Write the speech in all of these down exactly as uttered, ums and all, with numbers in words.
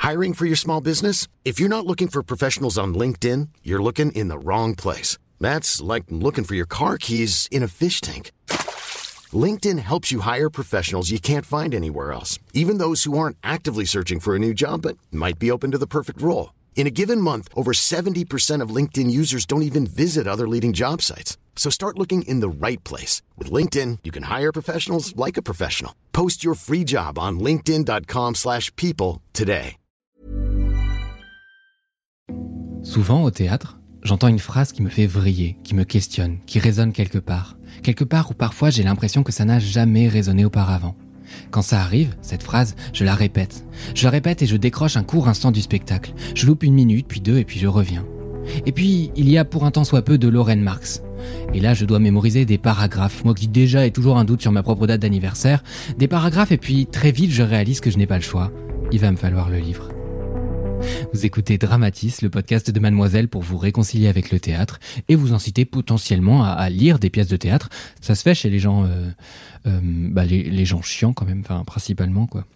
Hiring for your small business? If you're not looking for professionals on LinkedIn, you're looking in the wrong place. That's like looking for your car keys in a fish tank. LinkedIn helps you hire professionals you can't find anywhere else, even those who aren't actively searching for a new job but might be open to the perfect role. In a given month, over seventy percent of LinkedIn users don't even visit other leading job sites. So start looking in the right place. With LinkedIn, you can hire professionals like a professional. Post your free job on linkedin.com slash people today. Souvent, au théâtre, j'entends une phrase qui me fait vriller, qui me questionne, qui résonne quelque part. Quelque part où parfois j'ai l'impression que ça n'a jamais résonné auparavant. Quand ça arrive, cette phrase, je la répète. Je la répète et je décroche un court instant du spectacle. Je loupe une minute, puis deux, et puis je reviens. Et puis, il y a pour un temps soit peu de Loren Marx. Et là, je dois mémoriser des paragraphes, moi qui déjà ai toujours un doute sur ma propre date d'anniversaire. Des paragraphes et puis, très vite, je réalise que je n'ai pas le choix. Il va me falloir le livre. Vous écoutez Dramatis, le podcast de Mademoiselle pour vous réconcilier avec le théâtre et vous inciter potentiellement à, à lire des pièces de théâtre. Ça se fait chez les gens, euh, euh, bah les, les gens chiants quand même, enfin principalement quoi.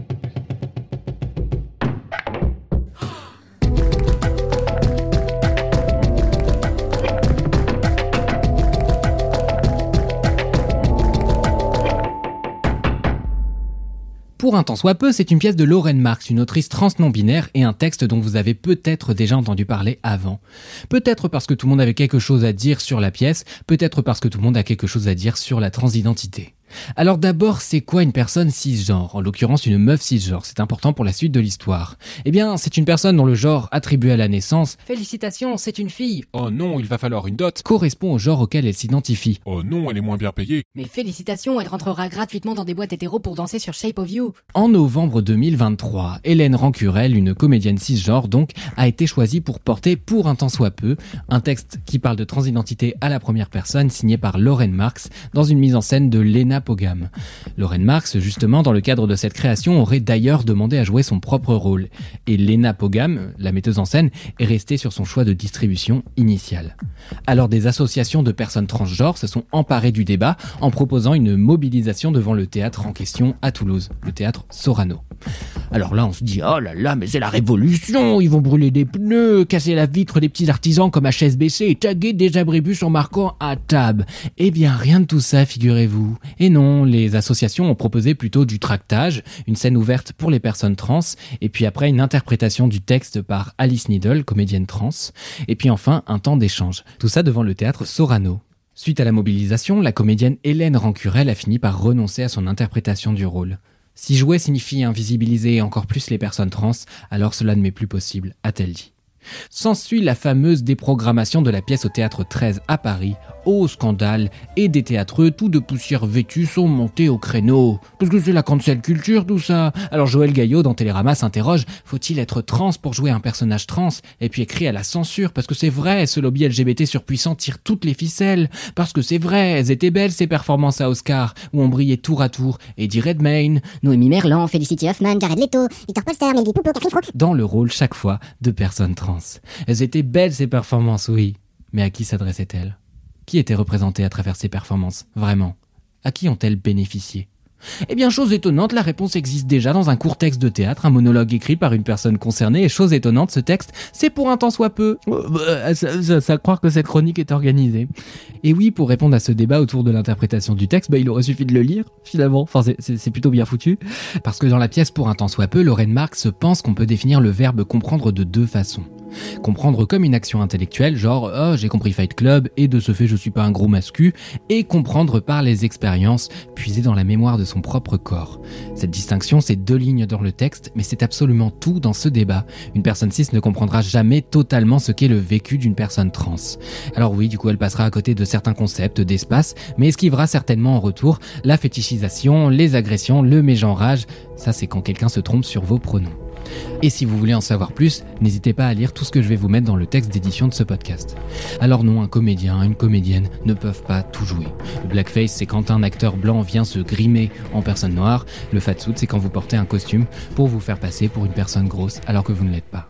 Pour un temps soit peu, c'est une pièce de Loren Marx, une autrice trans non-binaire et un texte dont vous avez peut-être déjà entendu parler avant. Peut-être parce que tout le monde avait quelque chose à dire sur la pièce, peut-être parce que tout le monde a quelque chose à dire sur la transidentité. Alors d'abord, c'est quoi une personne cisgenre ? En l'occurrence, une meuf cisgenre. C'est important pour la suite de l'histoire. Eh bien, c'est une personne dont le genre attribué à la naissance « Félicitations, c'est une fille !» « Oh non, il va falloir une dot !» correspond au genre auquel elle s'identifie. « Oh non, elle est moins bien payée !» « Mais félicitations, elle rentrera gratuitement dans des boîtes hétéros pour danser sur Shape of You !» En novembre deux mille vingt-trois, Hélène Rancurel, une comédienne cisgenre donc, a été choisie pour porter Pour un temps soit peu, un texte qui parle de transidentité à la première personne signé par Loren Marx dans une mise en scène de Lena Pogam. Loren Marx, justement, dans le cadre de cette création, aurait d'ailleurs demandé à jouer son propre rôle. Et Lena Pogam, la metteuse en scène, est restée sur son choix de distribution initial. Alors des associations de personnes transgenres se sont emparées du débat en proposant une mobilisation devant le théâtre en question à Toulouse, le théâtre Sorano. Alors là, on se dit « Oh là là, mais c'est la révolution, ils vont brûler des pneus, casser la vitre des petits artisans comme H S B C et taguer des abribus en marquant à table. » Eh bien, rien de tout ça, figurez-vous. Et non, les associations ont proposé plutôt du tractage, une scène ouverte pour les personnes trans, et puis après une interprétation du texte par Alice Needle, comédienne trans, et puis enfin un temps d'échange. Tout ça devant le théâtre Sorano. Suite à la mobilisation, la comédienne Hélène Rancurel a fini par renoncer à son interprétation du rôle. Si jouer signifie invisibiliser encore plus les personnes trans, alors cela ne m'est plus possible, a-t-elle dit. S'ensuit la fameuse déprogrammation de la pièce au Théâtre treize à Paris, au scandale, et des théâtreux tout de poussière vêtus sont montés au créneau. Parce que c'est la cancel culture tout ça. Alors Joël Gaillot dans Télérama s'interroge, faut-il être trans pour jouer un personnage trans ? Et puis écrit à la censure, parce que c'est vrai, ce lobby L G B T surpuissant tire toutes les ficelles. Parce que c'est vrai, elles étaient belles ces performances à Oscar, où on brillait tour à tour. Eddie Redmayne, Noémie Merlan, Felicity Huffman, Jared Leto, Victor Polster, Melody Poupeau, Catherine Fro. Dans le rôle chaque fois de personnes trans. Elles étaient belles ces performances, oui. Mais à qui s'adressaient-elles ? Qui était représenté à travers ces performances, vraiment ? À qui ont-elles bénéficié ? Eh bien, chose étonnante, la réponse existe déjà dans un court texte de théâtre, un monologue écrit par une personne concernée, et chose étonnante, ce texte, c'est pour un temps soit peu. Ça, ça, ça croire que cette chronique est organisée. Et oui, pour répondre à ce débat autour de l'interprétation du texte, bah, il aurait suffi de le lire, finalement. Enfin, c'est, c'est, c'est plutôt bien foutu. Parce que dans la pièce Pour un temps soit peu, Loren Marx pense qu'on peut définir le verbe comprendre de deux façons. Comprendre comme une action intellectuelle, genre « Oh, j'ai compris Fight Club, et de ce fait je suis pas un gros mascu », et comprendre par les expériences puisées dans la mémoire de son propre corps. Cette distinction, c'est deux lignes dans le texte, mais c'est absolument tout dans ce débat. Une personne cis ne comprendra jamais totalement ce qu'est le vécu d'une personne trans. Alors oui, du coup, elle passera à côté de certains concepts d'espace, mais esquivera certainement en retour la fétichisation, les agressions, le mégenrage. Ça, c'est quand quelqu'un se trompe sur vos pronoms. Et si vous voulez en savoir plus, n'hésitez pas à lire tout ce que je vais vous mettre dans le texte d'édition de ce podcast. Alors non, un comédien, une comédienne ne peuvent pas tout jouer. Le blackface, c'est quand un acteur blanc vient se grimer en personne noire. Le fatsuit, c'est quand vous portez un costume pour vous faire passer pour une personne grosse alors que vous ne l'êtes pas.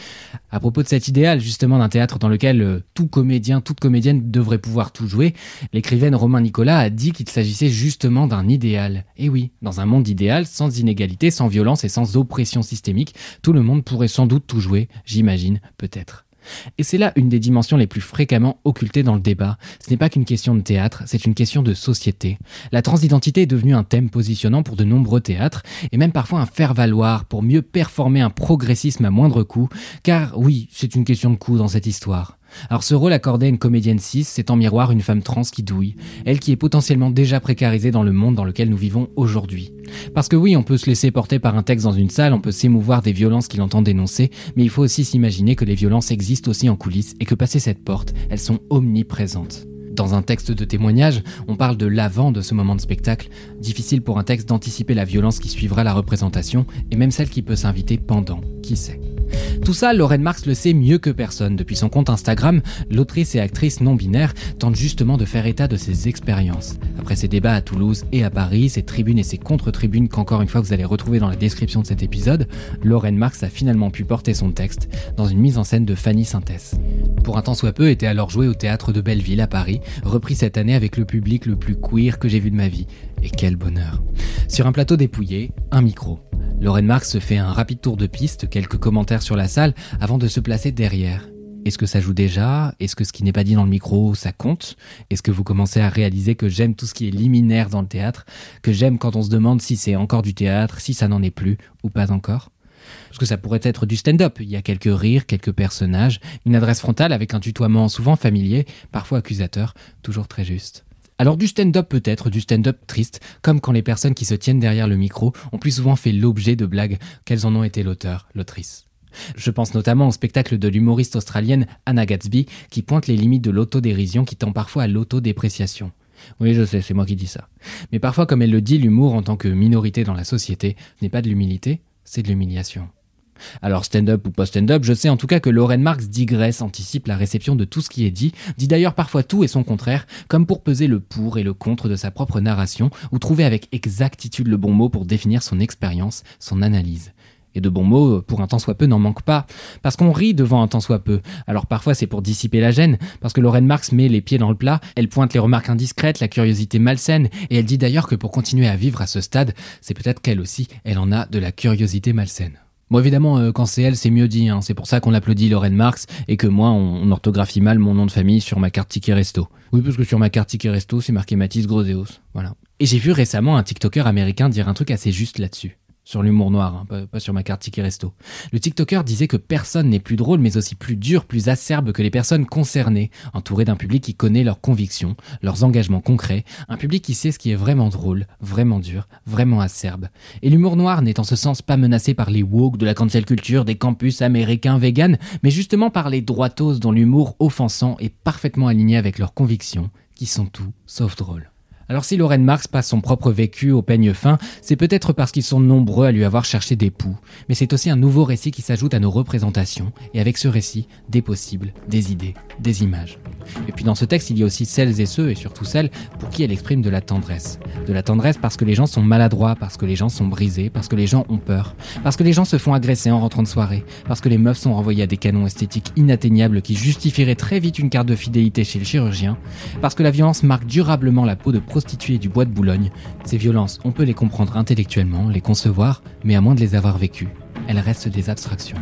À propos de cet idéal, justement, d'un théâtre dans lequel euh, tout comédien, toute comédienne devrait pouvoir tout jouer, l'écrivaine Romain Nicolas a dit qu'il s'agissait justement d'un idéal. Et oui, dans un monde idéal, sans inégalité, sans violence et sans oppression systémique, tout le monde pourrait sans doute tout jouer, j'imagine, peut-être. Et c'est là une des dimensions les plus fréquemment occultées dans le débat. Ce n'est pas qu'une question de théâtre, c'est une question de société. La transidentité est devenue un thème positionnant pour de nombreux théâtres, et même parfois un faire-valoir pour mieux performer un progressisme à moindre coût, car oui, c'est une question de coût dans cette histoire. Alors ce rôle accordé à une comédienne cis, c'est en miroir une femme trans qui douille, elle qui est potentiellement déjà précarisée dans le monde dans lequel nous vivons aujourd'hui. Parce que oui, on peut se laisser porter par un texte dans une salle, on peut s'émouvoir des violences qu'il entend dénoncer, mais il faut aussi s'imaginer que les violences existent aussi en coulisses et que passé cette porte, elles sont omniprésentes. Dans un texte de témoignage, on parle de l'avant de ce moment de spectacle. Difficile pour un texte d'anticiper la violence qui suivra la représentation, et même celle qui peut s'inviter pendant, qui sait. Tout ça, Lorraine Marx le sait mieux que personne. Depuis son compte Instagram, l'autrice et actrice non-binaire tente justement de faire état de ses expériences. Après ses débats à Toulouse et à Paris, ses tribunes et ses contre-tribunes qu'encore une fois vous allez retrouver dans la description de cet épisode, Lorraine Marx a finalement pu porter son texte dans une mise en scène de Fanny Sintès. Pour un temps soit peu était alors joué au théâtre de Belleville à Paris, repris cette année avec le public le plus queer que j'ai vu de ma vie. Et quel bonheur. Sur un plateau dépouillé, un micro. Lorraine Marx se fait un rapide tour de piste, quelques commentaires sur la salle, avant de se placer derrière. Est-ce que ça joue déjà ? Est-ce que ce qui n'est pas dit dans le micro, ça compte ? Est-ce que vous commencez à réaliser que j'aime tout ce qui est liminaire dans le théâtre ? Que j'aime quand on se demande si c'est encore du théâtre, si ça n'en est plus, ou pas encore ? Parce que ça pourrait être du stand-up, il y a quelques rires, quelques personnages, une adresse frontale avec un tutoiement souvent familier, parfois accusateur, toujours très juste. Alors du stand-up peut-être, du stand-up triste, comme quand les personnes qui se tiennent derrière le micro ont plus souvent fait l'objet de blagues qu'elles en ont été l'auteur, l'autrice. Je pense notamment au spectacle de l'humoriste australienne Anna Gatsby qui pointe les limites de l'autodérision qui tend parfois à l'autodépréciation. Oui, je sais, c'est moi qui dis ça. Mais parfois, comme elle le dit, l'humour en tant que minorité dans la société n'est pas de l'humilité, c'est de l'humiliation. Alors stand-up ou pas stand-up, je sais en tout cas que Lorraine Marx digresse, anticipe la réception de tout ce qui est dit, dit d'ailleurs parfois tout et son contraire, comme pour peser le pour et le contre de sa propre narration, ou trouver avec exactitude le bon mot pour définir son expérience, son analyse. Et de bons mots, pour un tant soit peu, n'en manque pas, parce qu'on rit devant un tant soit peu. Alors parfois c'est pour dissiper la gêne, parce que Lorraine Marx met les pieds dans le plat, elle pointe les remarques indiscrètes, la curiosité malsaine, et elle dit d'ailleurs que pour continuer à vivre à ce stade, c'est peut-être qu'elle aussi, elle en a de la curiosité malsaine. Bon évidemment, euh, quand c'est elle, c'est mieux dit, hein. C'est pour ça qu'on applaudit Lorraine Marx et que moi, on, on orthographie mal mon nom de famille sur ma carte Ticket Resto. Oui, parce que sur ma carte Ticket Resto, c'est marqué Mathis Groseos, voilà. Et j'ai vu récemment un TikToker américain dire un truc assez juste là-dessus. Sur l'humour noir, hein, pas, pas sur ma carte Ticket Resto. Le TikToker disait que personne n'est plus drôle, mais aussi plus dur, plus acerbe que les personnes concernées, entourées d'un public qui connaît leurs convictions, leurs engagements concrets, un public qui sait ce qui est vraiment drôle, vraiment dur, vraiment acerbe. Et l'humour noir n'est en ce sens pas menacé par les woke de la cancel culture des campus américains vegan, mais justement par les droitos dont l'humour offensant est parfaitement aligné avec leurs convictions, qui sont tout sauf drôles. Alors si Lorraine Marx passe son propre vécu au peigne fin, c'est peut-être parce qu'ils sont nombreux à lui avoir cherché des poux, mais c'est aussi un nouveau récit qui s'ajoute à nos représentations, et avec ce récit, des possibles, des idées, des images. Et puis dans ce texte, il y a aussi celles et ceux, et surtout celles, pour qui elle exprime de la tendresse. De la tendresse parce que les gens sont maladroits, parce que les gens sont brisés, parce que les gens ont peur, parce que les gens se font agresser en rentrant de soirée, parce que les meufs sont renvoyées à des canons esthétiques inatteignables qui justifieraient très vite une carte de fidélité chez le chirurgien, parce que la violence marque durablement la peau de prostituées du bois de Boulogne. Ces violences, on peut les comprendre intellectuellement, les concevoir, mais à moins de les avoir vécues, elles restent des abstractions.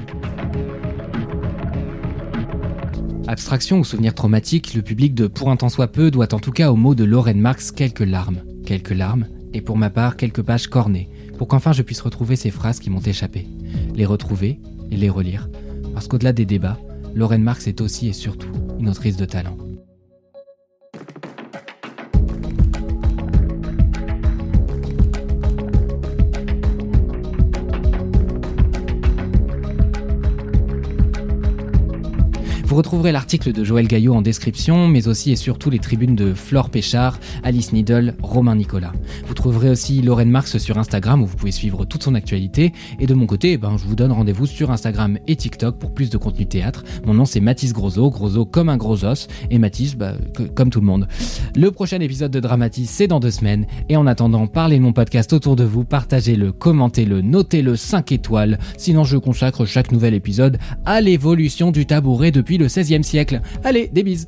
Abstraction ou souvenir traumatique, le public de Pour un temps soit peu doit en tout cas au mot de Lorraine Marx quelques larmes. Quelques larmes, et pour ma part quelques pages cornées, pour qu'enfin je puisse retrouver ces phrases qui m'ont échappé. Les retrouver et les relire, parce qu'au-delà des débats, Lorraine Marx est aussi et surtout une autrice de talent. Vous Vous retrouverez l'article de Joël Gaillot en description, mais aussi et surtout les tribunes de Flore Péchard, Alice Needle, Romain Nicolas. Vous trouverez aussi Lorraine Marx sur Instagram où vous pouvez suivre toute son actualité. Et de mon côté, eh ben, je vous donne rendez-vous sur Instagram et TikTok pour plus de contenu théâtre. Mon nom c'est Mathis Grosot, Grosot comme un gros os, et Mathis, bah, que, comme tout le monde. Le prochain épisode de Dramatis, c'est dans deux semaines. Et en attendant, parlez de mon podcast autour de vous, partagez-le, commentez-le, notez-le cinq étoiles. Sinon, je consacre chaque nouvel épisode à l'évolution du tabouret depuis le seizième siècle. Allez, des bises!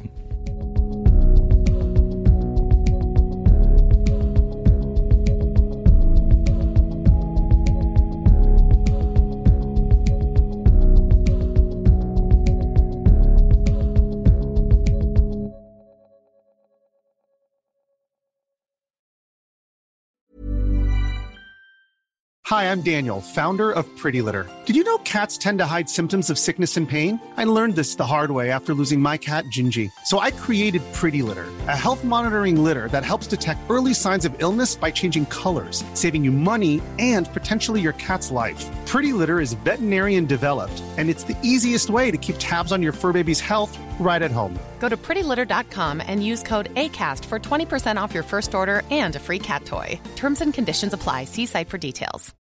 Hi, I'm Daniel, founder of Pretty Litter. Did you know cats tend to hide symptoms of sickness and pain? I learned this the hard way after losing my cat, Gingy. So I created Pretty Litter, a health monitoring litter that helps detect early signs of illness by changing colors, saving you money and potentially your cat's life. Pretty Litter is veterinarian developed, and it's the easiest way to keep tabs on your fur baby's health right at home. Go to pretty litter dot com and use code ACAST for twenty percent off your first order and a free cat toy. Terms and conditions apply. See site for details.